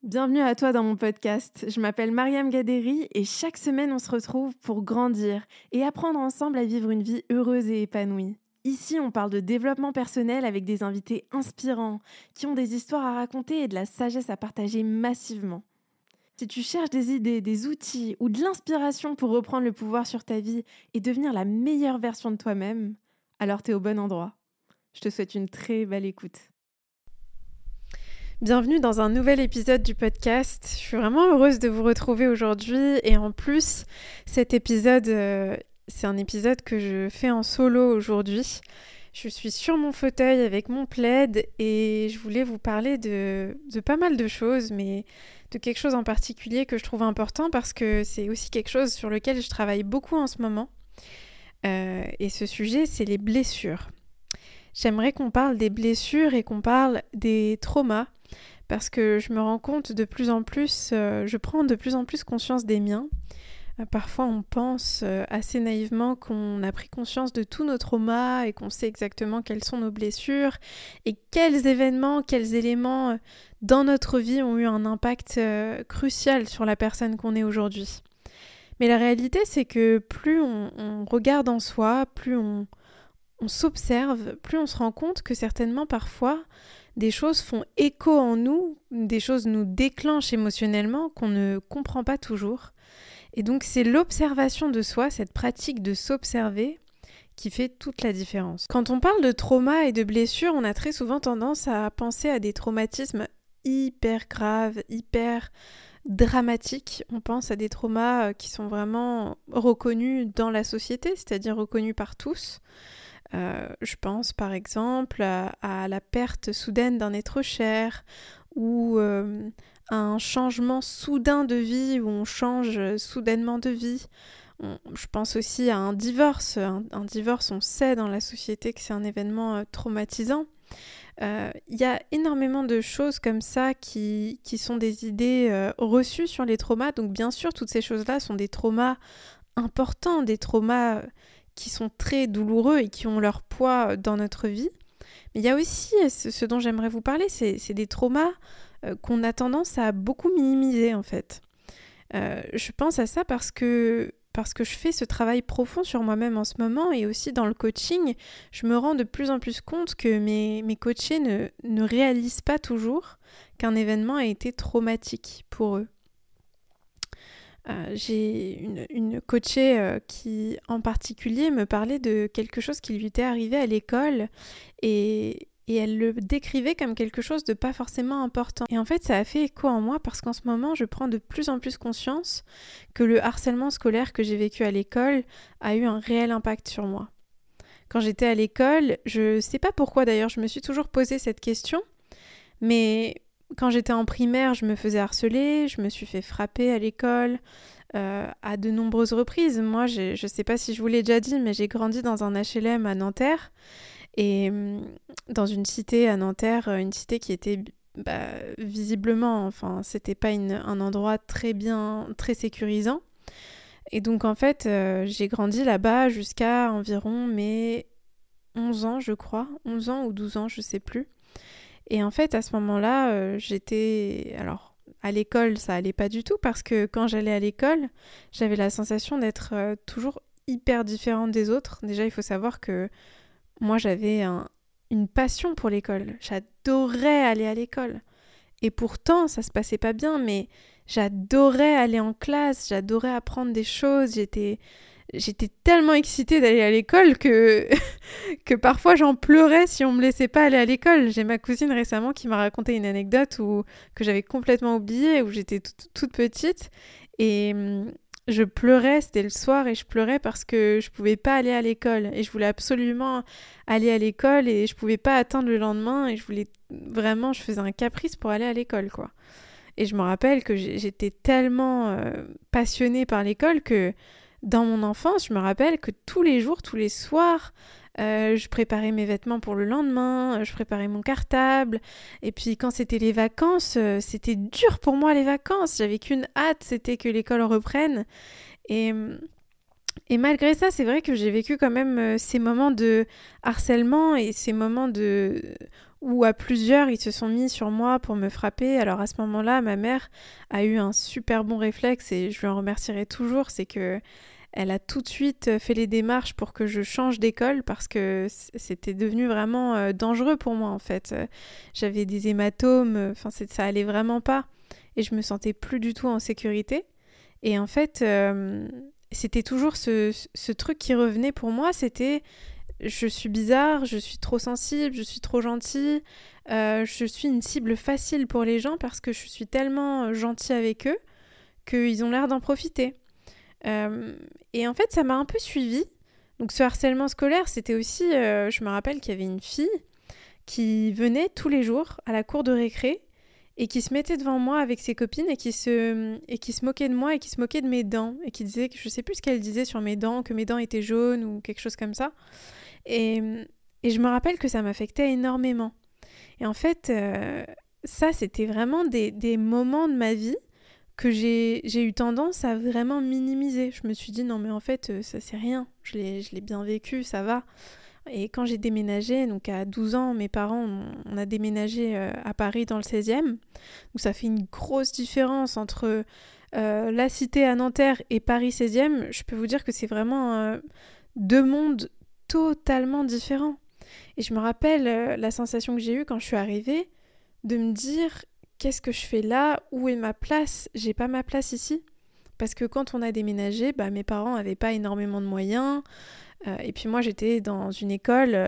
Bienvenue à toi dans mon podcast. Je m'appelle Mariam Gaderi et chaque semaine on se retrouve pour grandir et apprendre ensemble à vivre une vie heureuse et épanouie. Ici, on parle de développement personnel avec des invités inspirants qui ont des histoires à raconter et de la sagesse à partager massivement. Si tu cherches des idées, des outils ou de l'inspiration pour reprendre le pouvoir sur ta vie et devenir la meilleure version de toi-même, alors t'es au bon endroit. Je te souhaite une très belle écoute. Bienvenue dans un nouvel épisode du podcast. Je suis vraiment heureuse de vous retrouver aujourd'hui et en plus, cet épisode, c'est un épisode que je fais en solo aujourd'hui. Je suis sur mon fauteuil avec mon plaid et je voulais vous parler de pas mal de choses, mais de quelque chose en particulier que je trouve important parce que c'est aussi quelque chose sur lequel je travaille beaucoup en ce moment. Et ce sujet, c'est les blessures. J'aimerais qu'on parle des blessures et qu'on parle des traumas parce que je me rends compte de plus en plus, je prends de plus en plus conscience des miens. Parfois, on pense assez naïvement qu'on a pris conscience de tous nos traumas et qu'on sait exactement quelles sont nos blessures et quels événements, quels éléments dans notre vie ont eu un impact crucial sur la personne qu'on est aujourd'hui. Mais la réalité, c'est que plus on regarde en soi, plus on s'observe, plus on se rend compte que certainement parfois des choses font écho en nous, des choses nous déclenchent émotionnellement qu'on ne comprend pas toujours. Et donc c'est l'observation de soi, cette pratique de s'observer, qui fait toute la différence. Quand on parle de trauma et de blessures, on a très souvent tendance à penser à des traumatismes hyper graves, hyper dramatiques. On pense à des traumas qui sont vraiment reconnus dans la société, c'est-à-dire reconnus par tous. Je pense par exemple à la perte soudaine d'un être cher ou à un changement soudain de vie où on change soudainement de vie. Je pense aussi à un divorce. Un divorce, on sait dans la société que c'est un événement traumatisant. Il y a énormément de choses comme ça qui sont des idées reçues sur les traumas. Donc bien sûr, toutes ces choses-là sont des traumas importants, des traumas qui sont très douloureux et qui ont leur poids dans notre vie. Mais il y a aussi, ce dont j'aimerais vous parler, c'est des traumas qu'on a tendance à beaucoup minimiser en fait. Je pense à ça parce que je fais ce travail profond sur moi-même en ce moment et aussi dans le coaching, je me rends de plus en plus compte que mes coachés ne réalisent pas toujours qu'un événement a été traumatique pour eux. J'ai une coachée qui, en particulier, me parlait de quelque chose qui lui était arrivé à l'école et elle le décrivait comme quelque chose de pas forcément important. Et en fait, ça a fait écho en moi parce qu'en ce moment, je prends de plus en plus conscience que le harcèlement scolaire que j'ai vécu à l'école a eu un réel impact sur moi. Quand j'étais à l'école, je sais pas pourquoi d'ailleurs, je me suis toujours posé cette question, mais quand j'étais en primaire, je me faisais harceler, je me suis fait frapper à l'école à de nombreuses reprises. Moi, je sais pas si je vous l'ai déjà dit, mais j'ai grandi dans un HLM à Nanterre et dans une cité à Nanterre, une cité qui était visiblement, enfin, c'était pas un endroit très sécurisant. Et donc en fait, j'ai grandi là-bas jusqu'à environ mes 11 ans, je crois, 11 ans ou 12 ans, je sais plus. Et en fait, à ce moment-là, alors, à l'école, ça allait pas du tout parce que quand j'allais à l'école, j'avais la sensation d'être toujours hyper différente des autres. Déjà, il faut savoir que moi, j'avais une passion pour l'école. J'adorais aller à l'école. Et pourtant, ça se passait pas bien, mais j'adorais aller en classe, j'adorais apprendre des choses, j'étais tellement excitée d'aller à l'école que parfois j'en pleurais si on me laissait pas aller à l'école. J'ai ma cousine récemment qui m'a raconté une anecdote que j'avais complètement oubliée, où j'étais toute petite et je pleurais, c'était le soir et je pleurais parce que je pouvais pas aller à l'école et je voulais absolument aller à l'école et je pouvais pas attendre le lendemain et je faisais un caprice pour aller à l'école quoi. Et je me rappelle que j'étais tellement passionnée par l'école que dans mon enfance, je me rappelle que tous les jours, tous les soirs, je préparais mes vêtements pour le lendemain, je préparais mon cartable. Et puis quand c'était les vacances, c'était dur pour moi les vacances. J'avais qu'une hâte, c'était que l'école reprenne. Et malgré ça, c'est vrai que j'ai vécu quand même ces moments de harcèlement et ces moments où à plusieurs, ils se sont mis sur moi pour me frapper. Alors à ce moment-là, ma mère a eu un super bon réflexe et je lui en remercierai toujours, c'est que elle a tout de suite fait les démarches pour que je change d'école parce que c'était devenu vraiment dangereux pour moi en fait. J'avais des hématomes, ça allait vraiment pas et je me sentais plus du tout en sécurité. Et en fait, c'était toujours ce truc qui revenait pour moi, c'était je suis bizarre, je suis trop sensible, je suis trop gentille, je suis une cible facile pour les gens parce que je suis tellement gentille avec eux qu'ils ont l'air d'en profiter. Et en fait, ça m'a un peu suivie. Donc ce harcèlement scolaire, c'était aussi, je me rappelle qu'il y avait une fille qui venait tous les jours à la cour de récré et qui se mettait devant moi avec ses copines et qui se moquait de moi et qui se moquait de mes dents et qui disait, je sais plus ce qu'elle disait sur mes dents, que mes dents étaient jaunes ou quelque chose comme ça. Et je me rappelle que ça m'affectait énormément. Et en fait, ça, c'était vraiment des moments de ma vie que j'ai eu tendance à vraiment minimiser. Je me suis dit, non mais en fait, ça c'est rien. Je l'ai bien vécu, ça va. Et quand j'ai déménagé, donc à 12 ans, mes parents, on a déménagé à Paris dans le 16e. Donc ça fait une grosse différence entre la cité à Nanterre et Paris 16e. Je peux vous dire que c'est vraiment deux mondes totalement différents. Et je me rappelle la sensation que j'ai eue quand je suis arrivée, de me dire, qu'est-ce que je fais là? Où est ma place? J'ai pas ma place ici. Parce que quand on a déménagé, mes parents n'avaient pas énormément de moyens. Et puis moi, j'étais dans une école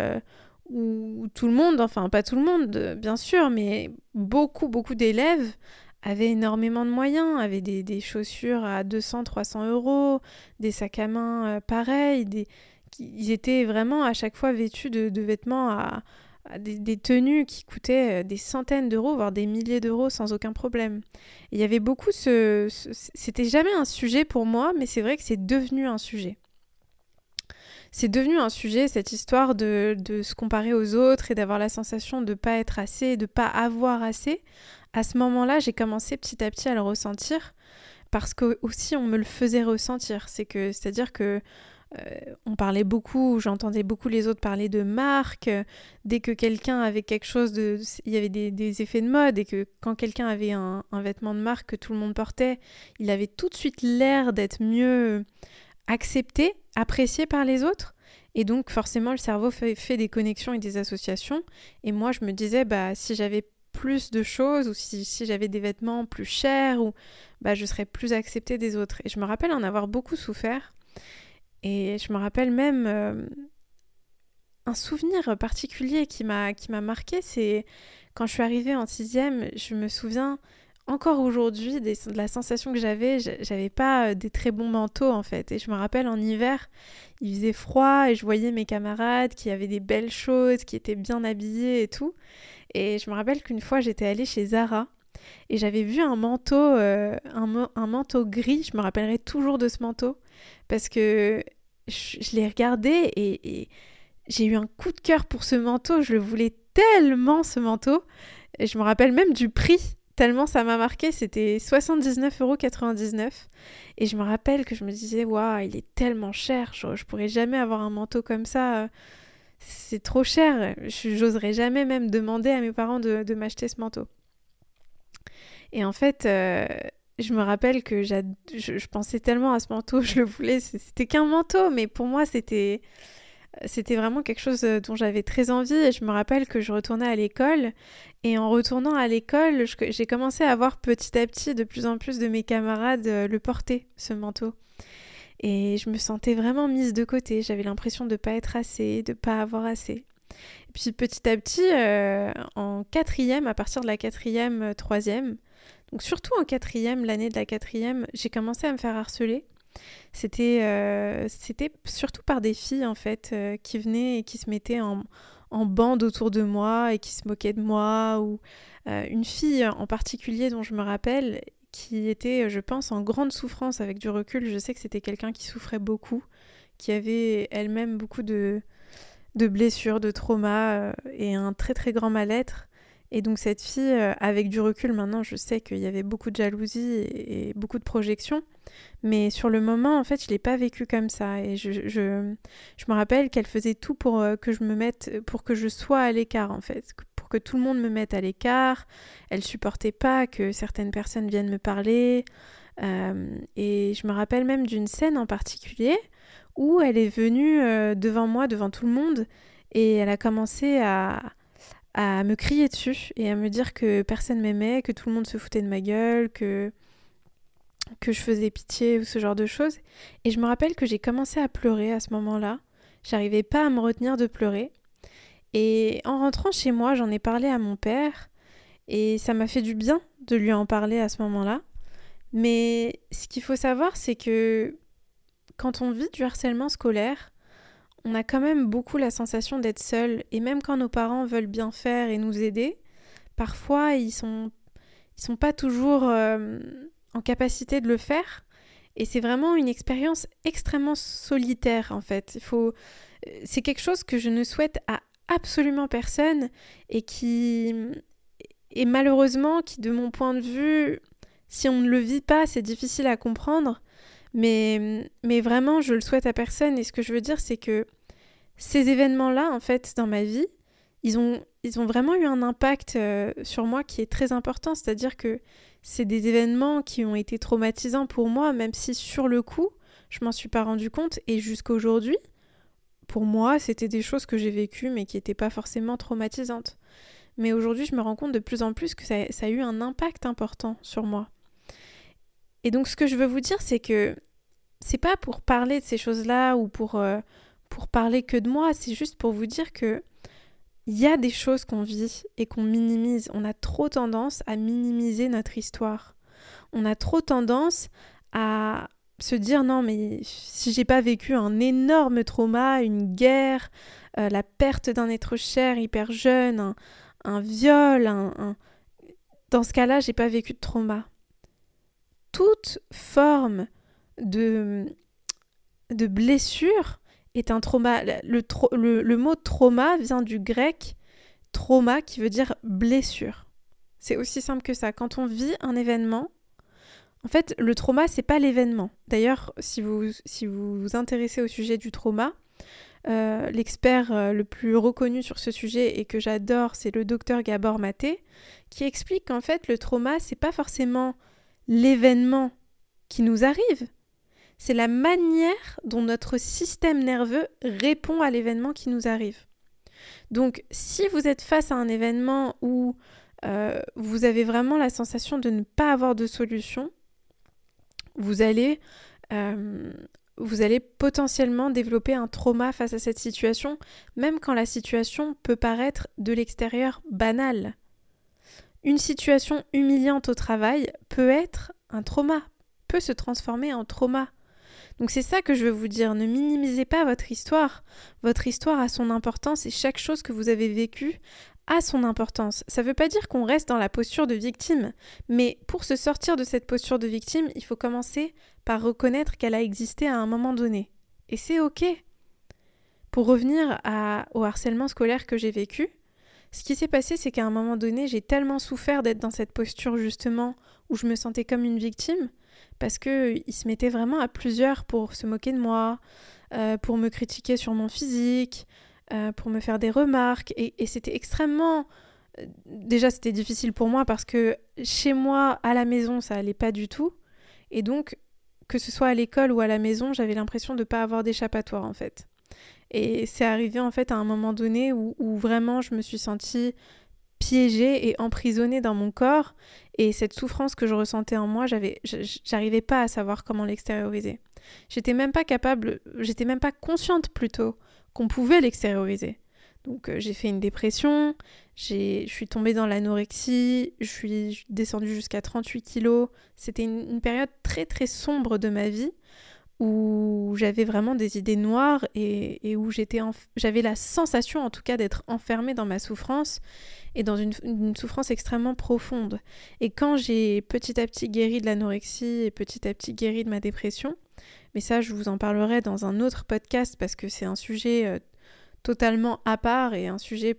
où tout le monde, enfin pas tout le monde, bien sûr, mais beaucoup d'élèves avaient énormément de moyens, avaient des chaussures à 200-300 euros, des sacs à main pareils, ils étaient vraiment à chaque fois vêtus de vêtements à des tenues qui coûtaient des centaines d'euros, voire des milliers d'euros sans aucun problème. Et il y avait beaucoup c'était jamais un sujet pour moi, mais c'est vrai que c'est devenu un sujet. C'est devenu un sujet, cette histoire de se comparer aux autres et d'avoir la sensation de ne pas être assez, de ne pas avoir assez. À ce moment-là, j'ai commencé petit à petit à le ressentir parce que aussi on me le faisait ressentir. C'est-à-dire que on parlait beaucoup, j'entendais beaucoup les autres parler de marque. Dès que quelqu'un avait quelque chose il y avait des effets de mode et que quand quelqu'un avait un vêtement de marque que tout le monde portait, il avait tout de suite l'air d'être mieux accepté, apprécié par les autres. Et donc forcément le cerveau fait des connexions et des associations. Et moi je me disais si j'avais plus de choses ou si j'avais des vêtements plus chers ou je serais plus acceptée des autres. Et je me rappelle en avoir beaucoup souffert. Et je me rappelle même un souvenir particulier qui m'a marqué, c'est quand je suis arrivée en 6e, je me souviens encore aujourd'hui de la sensation que j'avais pas des très bons manteaux en fait. Et je me rappelle en hiver, il faisait froid et je voyais mes camarades qui avaient des belles choses, qui étaient bien habillés et tout. Et je me rappelle qu'une fois j'étais allée chez Zara et j'avais vu un manteau, un manteau gris, je me rappellerai toujours de ce manteau parce que je l'ai regardé et j'ai eu un coup de cœur pour ce manteau, je le voulais tellement ce manteau. Et je me rappelle même du prix, tellement ça m'a marqué, c'était 79,99 €. Et je me rappelle que je me disais, waouh, il est tellement cher, je pourrais jamais avoir un manteau comme ça, c'est trop cher, j'oserais jamais même demander à mes parents de m'acheter ce manteau. Et en fait, je me rappelle que je pensais tellement à ce manteau, je le voulais, c'était qu'un manteau, mais pour moi c'était vraiment quelque chose dont j'avais très envie. Et je me rappelle que je retournais à l'école et en retournant à l'école, j'ai commencé à voir petit à petit de plus en plus de mes camarades le porter, ce manteau. Et je me sentais vraiment mise de côté, j'avais l'impression de ne pas être assez, de ne pas avoir assez. Et puis petit à petit, en 4e, à partir de la 4e, 3e, donc surtout en 4e, l'année de la 4e, j'ai commencé à me faire harceler. C'était surtout par des filles en fait qui venaient et qui se mettaient en bande autour de moi et qui se moquaient de moi. Ou une fille en particulier dont je me rappelle qui était, je pense, en grande souffrance avec du recul. Je sais que c'était quelqu'un qui souffrait beaucoup, qui avait elle-même beaucoup de blessures, de traumas et un très très grand mal-être. Et donc cette fille, avec du recul maintenant, je sais qu'il y avait beaucoup de jalousie et beaucoup de projections. Mais sur le moment, en fait, je ne l'ai pas vécu comme ça. Et je me rappelle qu'elle faisait tout pour pour que je sois à l'écart, en fait. Pour que tout le monde me mette à l'écart. Elle supportait pas que certaines personnes viennent me parler. Et je me rappelle même d'une scène en particulier où elle est venue devant moi, devant tout le monde. Et elle a commencé à me crier dessus et à me dire que personne m'aimait, que tout le monde se foutait de ma gueule, que je faisais pitié ou ce genre de choses. Et je me rappelle que j'ai commencé à pleurer à ce moment-là. J'arrivais pas à me retenir de pleurer. Et en rentrant chez moi, j'en ai parlé à mon père et ça m'a fait du bien de lui en parler à ce moment-là. Mais ce qu'il faut savoir, c'est que quand on vit du harcèlement scolaire, on a quand même beaucoup la sensation d'être seul. Et même quand nos parents veulent bien faire et nous aider, parfois ils sont pas toujours en capacité de le faire. Et c'est vraiment une expérience extrêmement solitaire en fait. C'est quelque chose que je ne souhaite à absolument personne et malheureusement qui de mon point de vue, si on ne le vit pas, c'est difficile à comprendre. Mais vraiment, je le souhaite à personne. Et ce que je veux dire, c'est que ces événements-là, en fait, dans ma vie, ils ont vraiment eu un impact sur moi qui est très important. C'est-à-dire que c'est des événements qui ont été traumatisants pour moi, même si sur le coup, je m'en suis pas rendu compte. Et jusqu'à aujourd'hui, pour moi, c'était des choses que j'ai vécues, mais qui n'étaient pas forcément traumatisantes. Mais aujourd'hui, je me rends compte de plus en plus que ça a eu un impact important sur moi. Et donc, ce que je veux vous dire, c'est que c'est pas pour parler de ces choses-là ou pour parler que de moi, c'est juste pour vous dire que il y a des choses qu'on vit et qu'on minimise. On a trop tendance à minimiser notre histoire. On a trop tendance à se dire non mais si j'ai pas vécu un énorme trauma, une guerre, la perte d'un être cher hyper jeune, un viol, dans ce cas-là, j'ai pas vécu de trauma. Toute forme de blessure est un trauma. Le mot trauma vient du grec trauma qui veut dire blessure. C'est aussi simple que ça. Quand on vit un événement, en fait, le trauma, c'est pas l'événement. D'ailleurs, si vous vous intéressez au sujet du trauma, l'expert le plus reconnu sur ce sujet et que j'adore, c'est le docteur Gabor Maté, qui explique qu'en fait, le trauma, c'est pas forcément l'événement qui nous arrive, c'est la manière dont notre système nerveux répond à l'événement qui nous arrive. Donc, si vous êtes face à un événement où vous avez vraiment la sensation de ne pas avoir de solution, vous allez potentiellement développer un trauma face à cette situation, même quand la situation peut paraître de l'extérieur banale. Une situation humiliante au travail peut être un trauma, peut se transformer en trauma. Donc c'est ça que je veux vous dire, ne minimisez pas votre histoire. Votre histoire a son importance et chaque chose que vous avez vécue a son importance. Ça ne veut pas dire qu'on reste dans la posture de victime, mais pour se sortir de cette posture de victime, il faut commencer par reconnaître qu'elle a existé à un moment donné. Et c'est ok. Pour revenir au harcèlement scolaire que j'ai vécu, ce qui s'est passé, c'est qu'à un moment donné, j'ai tellement souffert d'être dans cette posture justement où je me sentais comme une victime, parce qu'ils se mettaient vraiment à plusieurs pour se moquer de moi, pour me critiquer sur mon physique, pour me faire des remarques. Et c'était extrêmement... Déjà, c'était difficile pour moi parce que chez moi, à la maison, ça allait pas du tout. Et donc, que ce soit à l'école ou à la maison, j'avais l'impression de ne pas avoir d'échappatoire en fait. Et c'est arrivé en fait à un moment donné où vraiment je me suis sentie piégée et emprisonnée dans mon corps. Et cette souffrance que je ressentais en moi, j'arrivais pas à savoir comment l'extérioriser. J'étais même pas consciente plutôt qu'on pouvait l'extérioriser. Donc j'ai fait une dépression, je suis tombée dans l'anorexie, je suis descendue jusqu'à 38 kilos. C'était une période très très sombre de ma vie où j'avais vraiment des idées noires et où j'avais la sensation en tout cas d'être enfermée dans ma souffrance et dans une souffrance extrêmement profonde. Et quand j'ai petit à petit guéri de l'anorexie et petit à petit guéri de ma dépression, mais ça je vous en parlerai dans un autre podcast parce que c'est un sujet totalement à part et un sujet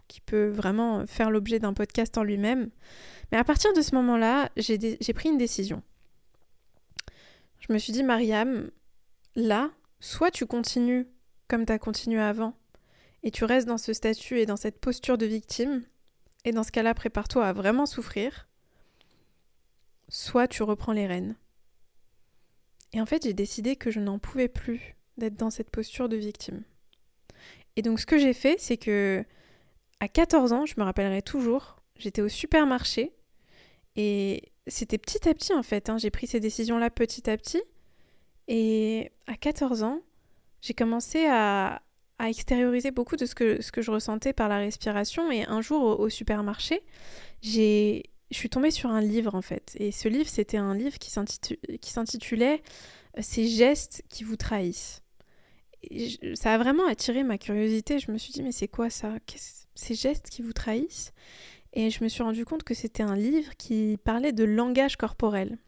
qui peut vraiment faire l'objet d'un podcast en lui-même. Mais à partir de ce moment-là, j'ai pris une décision. Je me suis dit, Mariam, là, soit tu continues comme tu as continué avant, et tu restes dans ce statut et dans cette posture de victime, et dans ce cas-là, prépare-toi à vraiment souffrir, soit tu reprends les rênes. Et en fait, j'ai décidé que je n'en pouvais plus d'être dans cette posture de victime. Et donc, ce que j'ai fait, c'est que à 14 ans, je me rappellerai toujours, j'étais au supermarché, et c'était petit à petit, en fait. J'ai pris ces décisions-là petit à petit. Et à 14 ans, j'ai commencé à extérioriser beaucoup de ce que je ressentais par la respiration. Et un jour, au supermarché, je suis tombée sur un livre, en fait. Et ce livre, c'était un livre qui s'intitulait « Ces gestes qui vous trahissent ». Ça a vraiment attiré ma curiosité. Je me suis dit, mais c'est quoi ça ? Ces gestes qui vous trahissent ? Et je me suis rendu compte que c'était un livre qui parlait de langage corporel.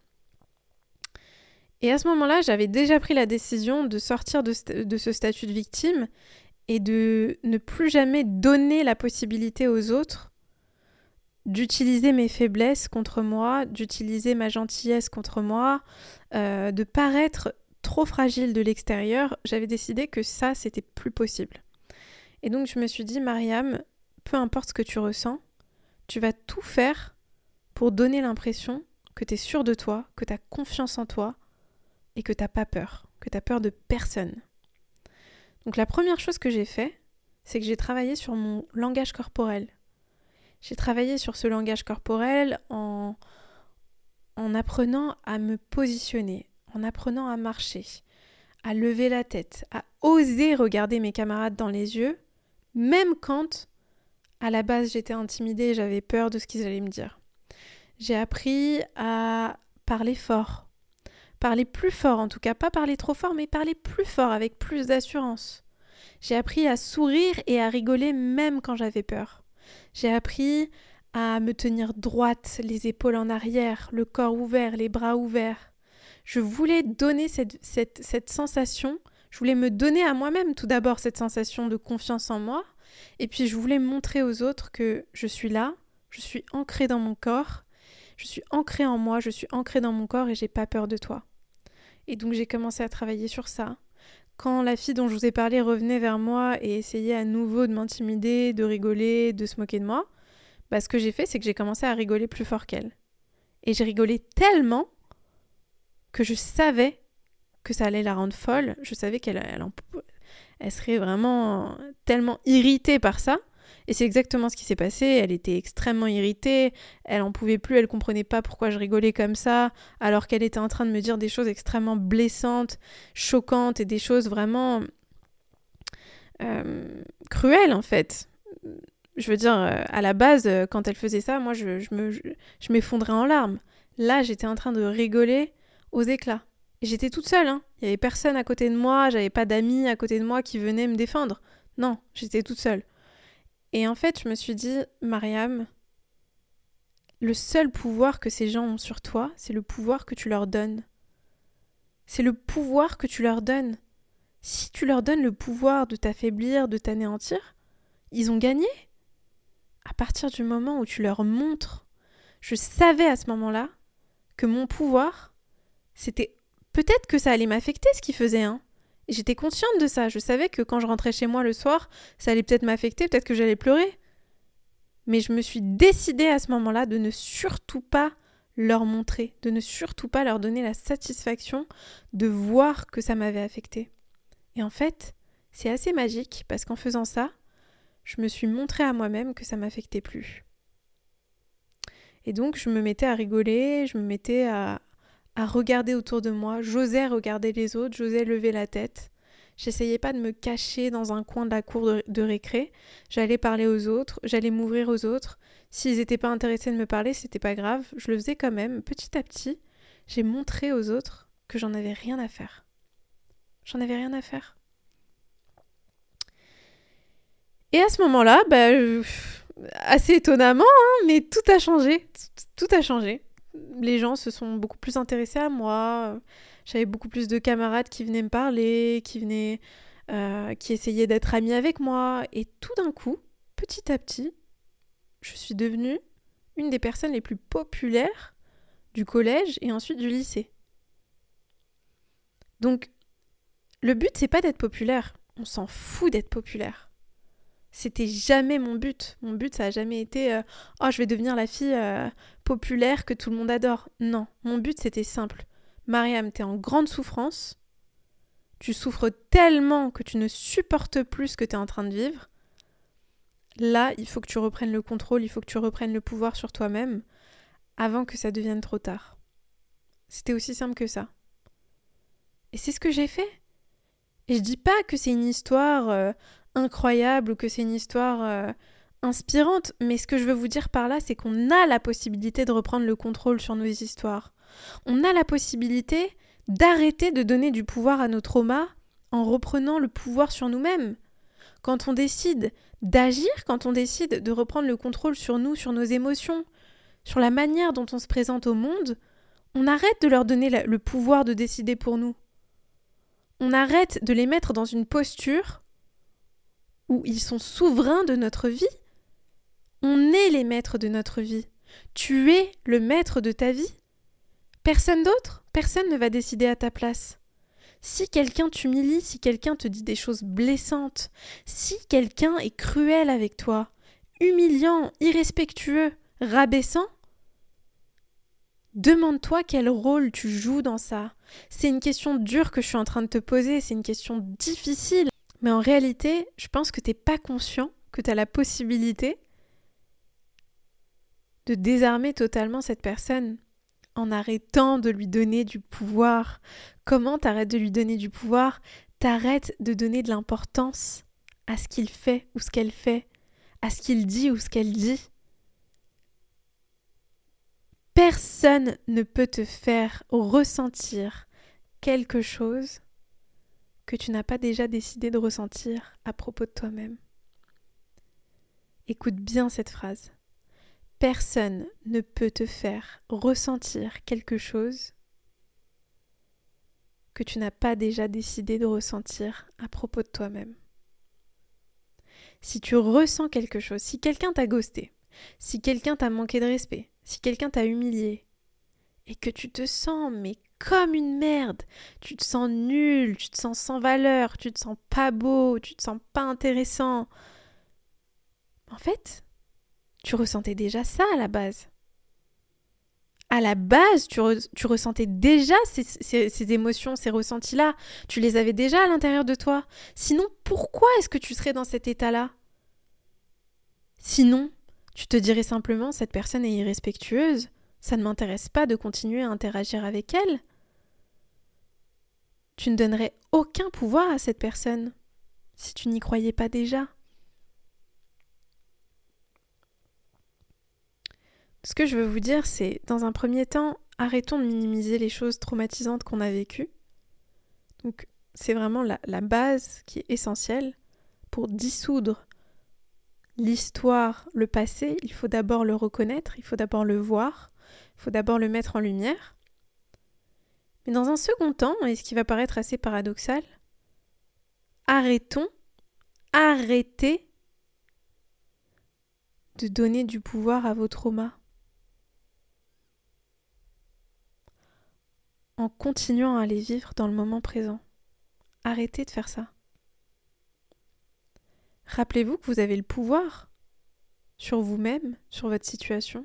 Et à ce moment-là, j'avais déjà pris la décision de sortir de ce statut de victime et de ne plus jamais donner la possibilité aux autres d'utiliser mes faiblesses contre moi, d'utiliser ma gentillesse contre moi, de paraître trop fragile de l'extérieur. J'avais décidé que ça, c'était plus possible. Et donc, je me suis dit, Mariam, peu importe ce que tu ressens, tu vas tout faire pour donner l'impression que tu es sûre de toi, que tu as confiance en toi et que tu n'as pas peur, que tu n'as peur de personne. Donc la première chose que j'ai fait, c'est que j'ai travaillé sur mon langage corporel. J'ai travaillé sur ce langage corporel en apprenant à me positionner, en apprenant à marcher, à lever la tête, à oser regarder mes camarades dans les yeux, même quand, à la base, j'étais intimidée et j'avais peur de ce qu'ils allaient me dire. J'ai appris à parler fort, parler plus fort en tout cas, pas parler trop fort, mais parler plus fort, avec plus d'assurance. J'ai appris à sourire et à rigoler même quand j'avais peur. J'ai appris à me tenir droite, les épaules en arrière, le corps ouvert, les bras ouverts. Je voulais donner cette sensation, je voulais me donner à moi-même tout d'abord cette sensation de confiance en moi, et puis je voulais montrer aux autres que je suis là, je suis ancrée dans mon corps, je suis ancrée en moi, je suis ancrée dans mon corps et j'ai pas peur de toi. Et donc j'ai commencé à travailler sur ça. Quand la fille dont je vous ai parlé revenait vers moi et essayait à nouveau de m'intimider, de rigoler, de se moquer de moi, ce que j'ai fait, c'est que j'ai commencé à rigoler plus fort qu'elle. Et j'ai rigolé tellement que je savais que ça allait la rendre folle. Je savais qu'elle serait vraiment tellement irritée par ça. Et c'est exactement ce qui s'est passé. Elle était extrêmement irritée. Elle en pouvait plus. Elle comprenait pas pourquoi je rigolais comme ça, alors qu'elle était en train de me dire des choses extrêmement blessantes, choquantes et des choses vraiment cruelles en fait. Je veux dire, à la base, quand elle faisait ça, moi, je m'effondrais en larmes. Là, j'étais en train de rigoler aux éclats. Et j'étais toute seule, hein. Il n'y avait personne à côté de moi, j'avais pas d'amis à côté de moi qui venaient me défendre. Non, j'étais toute seule. Et en fait, je me suis dit, Mariam, le seul pouvoir que ces gens ont sur toi, c'est le pouvoir que tu leur donnes. C'est le pouvoir que tu leur donnes. Si tu leur donnes le pouvoir de t'affaiblir, de t'anéantir, ils ont gagné. À partir du moment où tu leur montres, je savais à ce moment-là que mon pouvoir, c'était peut-être que ça allait m'affecter ce qu'ils faisaient, hein. Et j'étais consciente de ça. Je savais que quand je rentrais chez moi le soir, ça allait peut-être m'affecter, peut-être que j'allais pleurer. Mais je me suis décidée à ce moment-là de ne surtout pas leur montrer, de ne surtout pas leur donner la satisfaction de voir que ça m'avait affectée. Et en fait, c'est assez magique parce qu'en faisant ça, je me suis montré à moi-même que ça m'affectait plus. Et donc, je me mettais à rigoler, je me mettais à regarder autour de moi, j'osais regarder les autres, j'osais lever la tête. J'essayais pas de me cacher dans un coin de la cour de récré. J'allais parler aux autres, j'allais m'ouvrir aux autres. S'ils n'étaient pas intéressés de me parler, c'était pas grave. Je le faisais quand même. Petit à petit, j'ai montré aux autres que j'en avais rien à faire. J'en avais rien à faire. Et à ce moment-là, assez étonnamment, mais tout a changé. Tout a changé. Les gens se sont beaucoup plus intéressés à moi. J'avais beaucoup plus de camarades qui venaient me parler, qui essayaient d'être amis avec moi. Et tout d'un coup, petit à petit, je suis devenue une des personnes les plus populaires du collège et ensuite du lycée. Donc, le but, c'est pas d'être populaire. On s'en fout d'être populaire. C'était jamais mon but. Mon but, ça a jamais été je vais devenir la fille populaire que tout le monde adore. Non, mon but, c'était simple. Mariam, t'es en grande souffrance. Tu souffres tellement que tu ne supportes plus ce que t'es en train de vivre. Là, il faut que tu reprennes le contrôle, il faut que tu reprennes le pouvoir sur toi-même avant que ça devienne trop tard. C'était aussi simple que ça. Et c'est ce que j'ai fait. Et je dis pas que c'est une histoire incroyable ou que c'est une histoire inspirante, mais ce que je veux vous dire par là, c'est qu'on a la possibilité de reprendre le contrôle sur nos histoires. On a la possibilité d'arrêter de donner du pouvoir à nos traumas en reprenant le pouvoir sur nous-mêmes. Quand on décide d'agir, quand on décide de reprendre le contrôle sur nous, sur nos émotions, sur la manière dont on se présente au monde, on arrête de leur donner le pouvoir de décider pour nous. On arrête de les mettre dans une posture où ils sont souverains de notre vie. On est les maîtres de notre vie. Tu es le maître de ta vie. Personne d'autre, personne ne va décider à ta place. Si quelqu'un t'humilie, si quelqu'un te dit des choses blessantes, si quelqu'un est cruel avec toi, humiliant, irrespectueux, rabaissant, demande-toi quel rôle tu joues dans ça. C'est une question dure que je suis en train de te poser, c'est une question difficile. Mais en réalité, je pense que tu n'es pas conscient que tu as la possibilité de désarmer totalement cette personne en arrêtant de lui donner du pouvoir. Comment t'arrêtes de lui donner du pouvoir ? T'arrêtes de donner de l'importance à ce qu'il fait ou ce qu'elle fait, à ce qu'il dit ou ce qu'elle dit. Personne ne peut te faire ressentir quelque chose que tu n'as pas déjà décidé de ressentir à propos de toi-même. Écoute bien cette phrase. Personne ne peut te faire ressentir quelque chose que tu n'as pas déjà décidé de ressentir à propos de toi-même. Si tu ressens quelque chose, si quelqu'un t'a ghosté, si quelqu'un t'a manqué de respect, si quelqu'un t'a humilié, et que tu te sens mais comme une merde, tu te sens nul, tu te sens sans valeur, tu te sens pas beau, tu te sens pas intéressant, en fait, tu ressentais déjà ça à la base. À la base, tu ressentais déjà ces émotions, ces ressentis-là. Tu les avais déjà à l'intérieur de toi. Sinon, pourquoi est-ce que tu serais dans cet état-là ? Sinon, tu te dirais simplement, cette personne est irrespectueuse, ça ne m'intéresse pas de continuer à interagir avec elle. Tu ne donnerais aucun pouvoir à cette personne si tu n'y croyais pas déjà. Ce que je veux vous dire, c'est, dans un premier temps, arrêtons de minimiser les choses traumatisantes qu'on a vécues. Donc, c'est vraiment la base qui est essentielle. Pour dissoudre l'histoire, le passé, il faut d'abord le reconnaître, il faut d'abord le voir, il faut d'abord le mettre en lumière. Mais dans un second temps, et ce qui va paraître assez paradoxal, arrêtez de donner du pouvoir à vos traumas. En continuant à les vivre dans le moment présent. Arrêtez de faire ça. Rappelez-vous que vous avez le pouvoir sur vous-même, sur votre situation.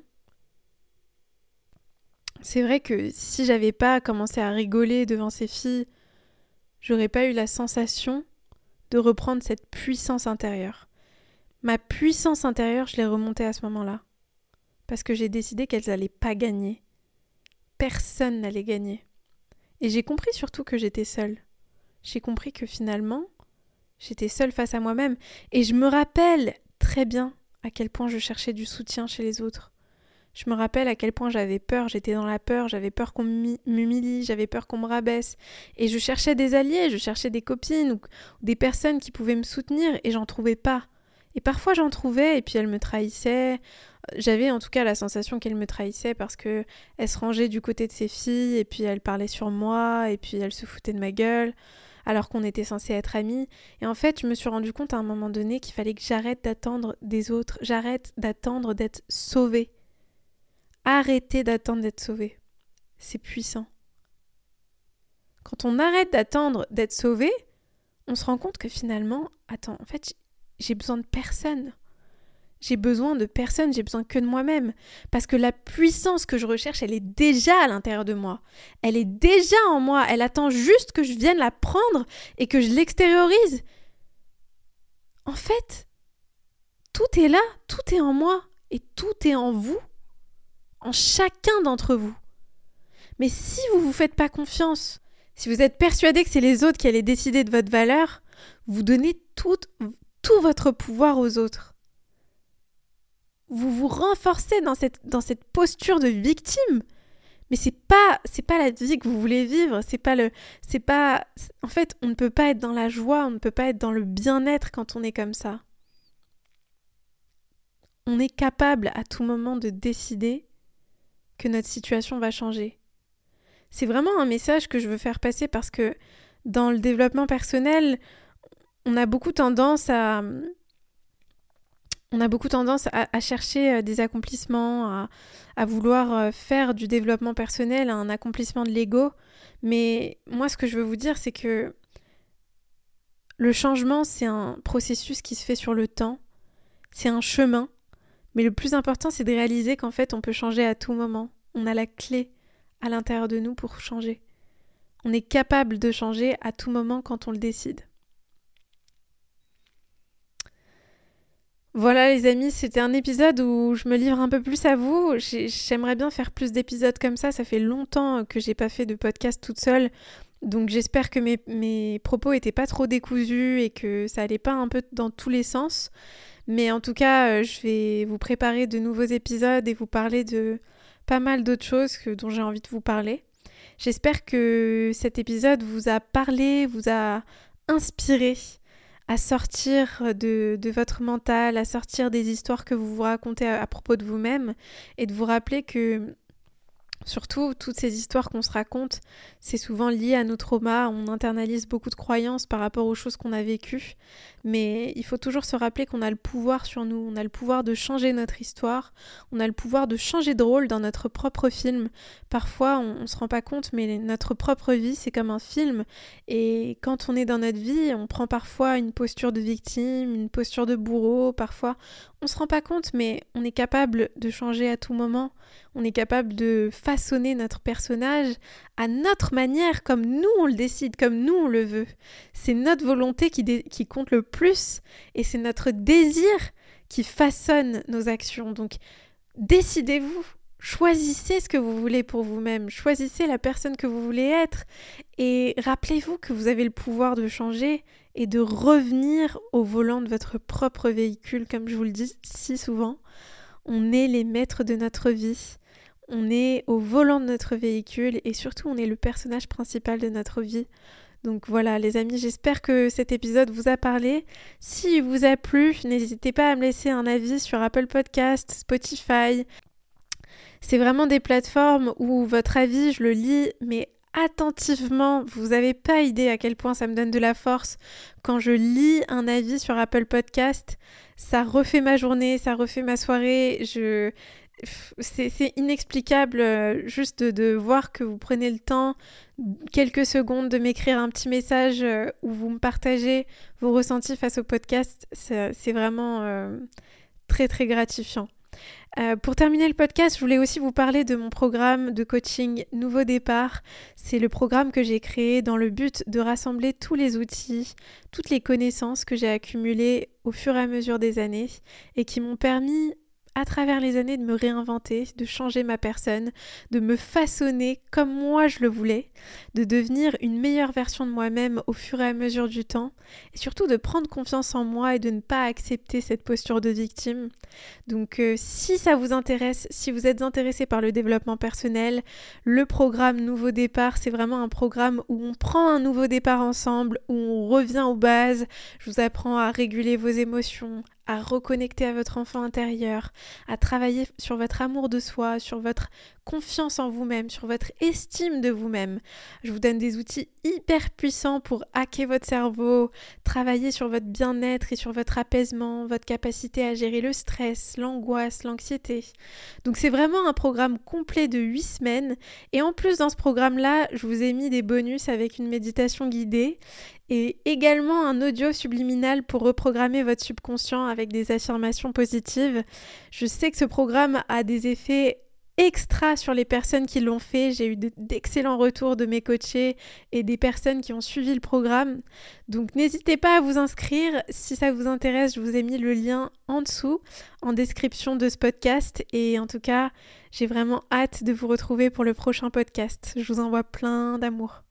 C'est vrai que si j'avais pas commencé à rigoler devant ces filles, j'aurais pas eu la sensation de reprendre cette puissance intérieure. Ma puissance intérieure, je l'ai remontée à ce moment-là. Parce que j'ai décidé qu'elles n'allaient pas gagner. Personne n'allait gagner. Et j'ai compris surtout que j'étais seule. J'ai compris que finalement, j'étais seule face à moi-même. Et je me rappelle très bien à quel point je cherchais du soutien chez les autres. Je me rappelle à quel point j'avais peur, j'étais dans la peur, j'avais peur qu'on m'humilie, j'avais peur qu'on me rabaisse. Et je cherchais des alliés, je cherchais des copines ou des personnes qui pouvaient me soutenir et j'en trouvais pas. Et parfois j'en trouvais et puis elles me trahissaient. J'avais en tout cas la sensation qu'elles me trahissaient parce qu'elles se rangeaient du côté de ces filles et puis elles parlaient sur moi et puis elles se foutaient de ma gueule. alors qu'on était censé être amis. Et en fait, je me suis rendu compte à un moment donné qu'il fallait que j'arrête d'attendre des autres, j'arrête d'attendre d'être sauvée. Arrêtez d'attendre d'être sauvée. C'est puissant. Quand on arrête d'attendre d'être sauvé, on se rend compte que finalement, attends, en fait, j'ai besoin de personne. J'ai besoin de personne, j'ai besoin que de moi-même. Parce que la puissance que je recherche, elle est déjà à l'intérieur de moi. Elle est déjà en moi. Elle attend juste que je vienne la prendre et que je l'extériorise. En fait, tout est là, tout est en moi et tout est en vous, en chacun d'entre vous. Mais si vous ne vous faites pas confiance, si vous êtes persuadé que c'est les autres qui allaient décider de votre valeur, vous donnez tout votre pouvoir aux autres. Vous vous renforcez dans cette posture de victime. Mais c'est pas la vie que vous voulez vivre. En fait, on ne peut pas être dans la joie, on ne peut pas être dans le bien-être quand on est comme ça. On est capable à tout moment de décider que notre situation va changer. C'est vraiment un message que je veux faire passer parce que dans le développement personnel, on a beaucoup tendance à chercher des accomplissements, à vouloir faire du développement personnel un accomplissement de l'ego. Mais moi, ce que je veux vous dire, c'est que le changement, c'est un processus qui se fait sur le temps. C'est un chemin. Mais le plus important, c'est de réaliser qu'en fait, on peut changer à tout moment. On a la clé à l'intérieur de nous pour changer. On est capable de changer à tout moment quand on le décide. Voilà les amis, c'était un épisode où je me livre un peu plus à vous. J'aimerais bien faire plus d'épisodes comme ça. Ça fait longtemps que j'ai pas fait de podcast toute seule. Donc j'espère que mes propos étaient pas trop décousus et que ça allait pas un peu dans tous les sens. Mais en tout cas, je vais vous préparer de nouveaux épisodes et vous parler de pas mal d'autres choses dont j'ai envie de vous parler. J'espère que cet épisode vous a parlé, vous a inspiré à sortir de votre mental, à sortir des histoires que vous vous racontez à propos de vous-même et de vous rappeler que surtout, toutes ces histoires qu'on se raconte, c'est souvent lié à nos traumas, on internalise beaucoup de croyances par rapport aux choses qu'on a vécues, mais il faut toujours se rappeler qu'on a le pouvoir sur nous, on a le pouvoir de changer notre histoire, on a le pouvoir de changer de rôle dans notre propre film. Parfois, on ne se rend pas compte, mais notre propre vie, c'est comme un film, et quand on est dans notre vie, on prend parfois une posture de victime, une posture de bourreau, parfois on ne se rend pas compte, mais on est capable de changer à tout moment. On est capable de façonner notre personnage à notre manière, comme nous on le décide, comme nous on le veut. C'est notre volonté qui compte le plus et c'est notre désir qui façonne nos actions. Donc décidez-vous, choisissez ce que vous voulez pour vous-même, choisissez la personne que vous voulez être et rappelez-vous que vous avez le pouvoir de changer et de revenir au volant de votre propre véhicule, comme je vous le dis si souvent. On est les maîtres de notre vie. On est au volant de notre véhicule et surtout on est le personnage principal de notre vie. Donc voilà les amis, j'espère que cet épisode vous a parlé. S'il vous a plu, n'hésitez pas à me laisser un avis sur Apple Podcast, Spotify. C'est vraiment des plateformes où votre avis, je le lis, mais attentivement. Vous n'avez pas idée à quel point ça me donne de la force. Quand je lis un avis sur Apple Podcast, ça refait ma journée, ça refait ma soirée. C'est inexplicable juste de voir que vous prenez le temps, quelques secondes, de m'écrire un petit message où vous me partagez vos ressentis face au podcast. C'est vraiment très très gratifiant. Pour terminer le podcast, je voulais aussi vous parler de mon programme de coaching Nouveau Départ. C'est le programme que j'ai créé dans le but de rassembler tous les outils, toutes les connaissances que j'ai accumulées au fur et à mesure des années et qui m'ont permis à travers les années de me réinventer, de changer ma personne, de me façonner comme moi je le voulais, de devenir une meilleure version de moi-même au fur et à mesure du temps et surtout de prendre confiance en moi et de ne pas accepter cette posture de victime. Donc si ça vous intéresse, si vous êtes intéressé par le développement personnel, le programme Nouveau Départ, c'est vraiment un programme où on prend un nouveau départ ensemble, où on revient aux bases. Je vous apprends à réguler vos émotions, à reconnecter à votre enfant intérieur, à travailler sur votre amour de soi, sur votre confiance en vous-même, sur votre estime de vous-même. Je vous donne des outils hyper puissants pour hacker votre cerveau, travailler sur votre bien-être et sur votre apaisement, votre capacité à gérer le stress, l'angoisse, l'anxiété. Donc c'est vraiment un programme complet de 8 semaines. Et en plus, dans ce programme-là, je vous ai mis des bonus avec une méditation guidée et également un audio subliminal pour reprogrammer votre subconscient avec des affirmations positives. Je sais que ce programme a des effets extra sur les personnes qui l'ont fait. J'ai eu d'excellents retours de mes coachés et des personnes qui ont suivi le programme. Donc n'hésitez pas à vous inscrire. Si ça vous intéresse, je vous ai mis le lien en dessous, en description de ce podcast. Et en tout cas, j'ai vraiment hâte de vous retrouver pour le prochain podcast. Je vous envoie plein d'amour.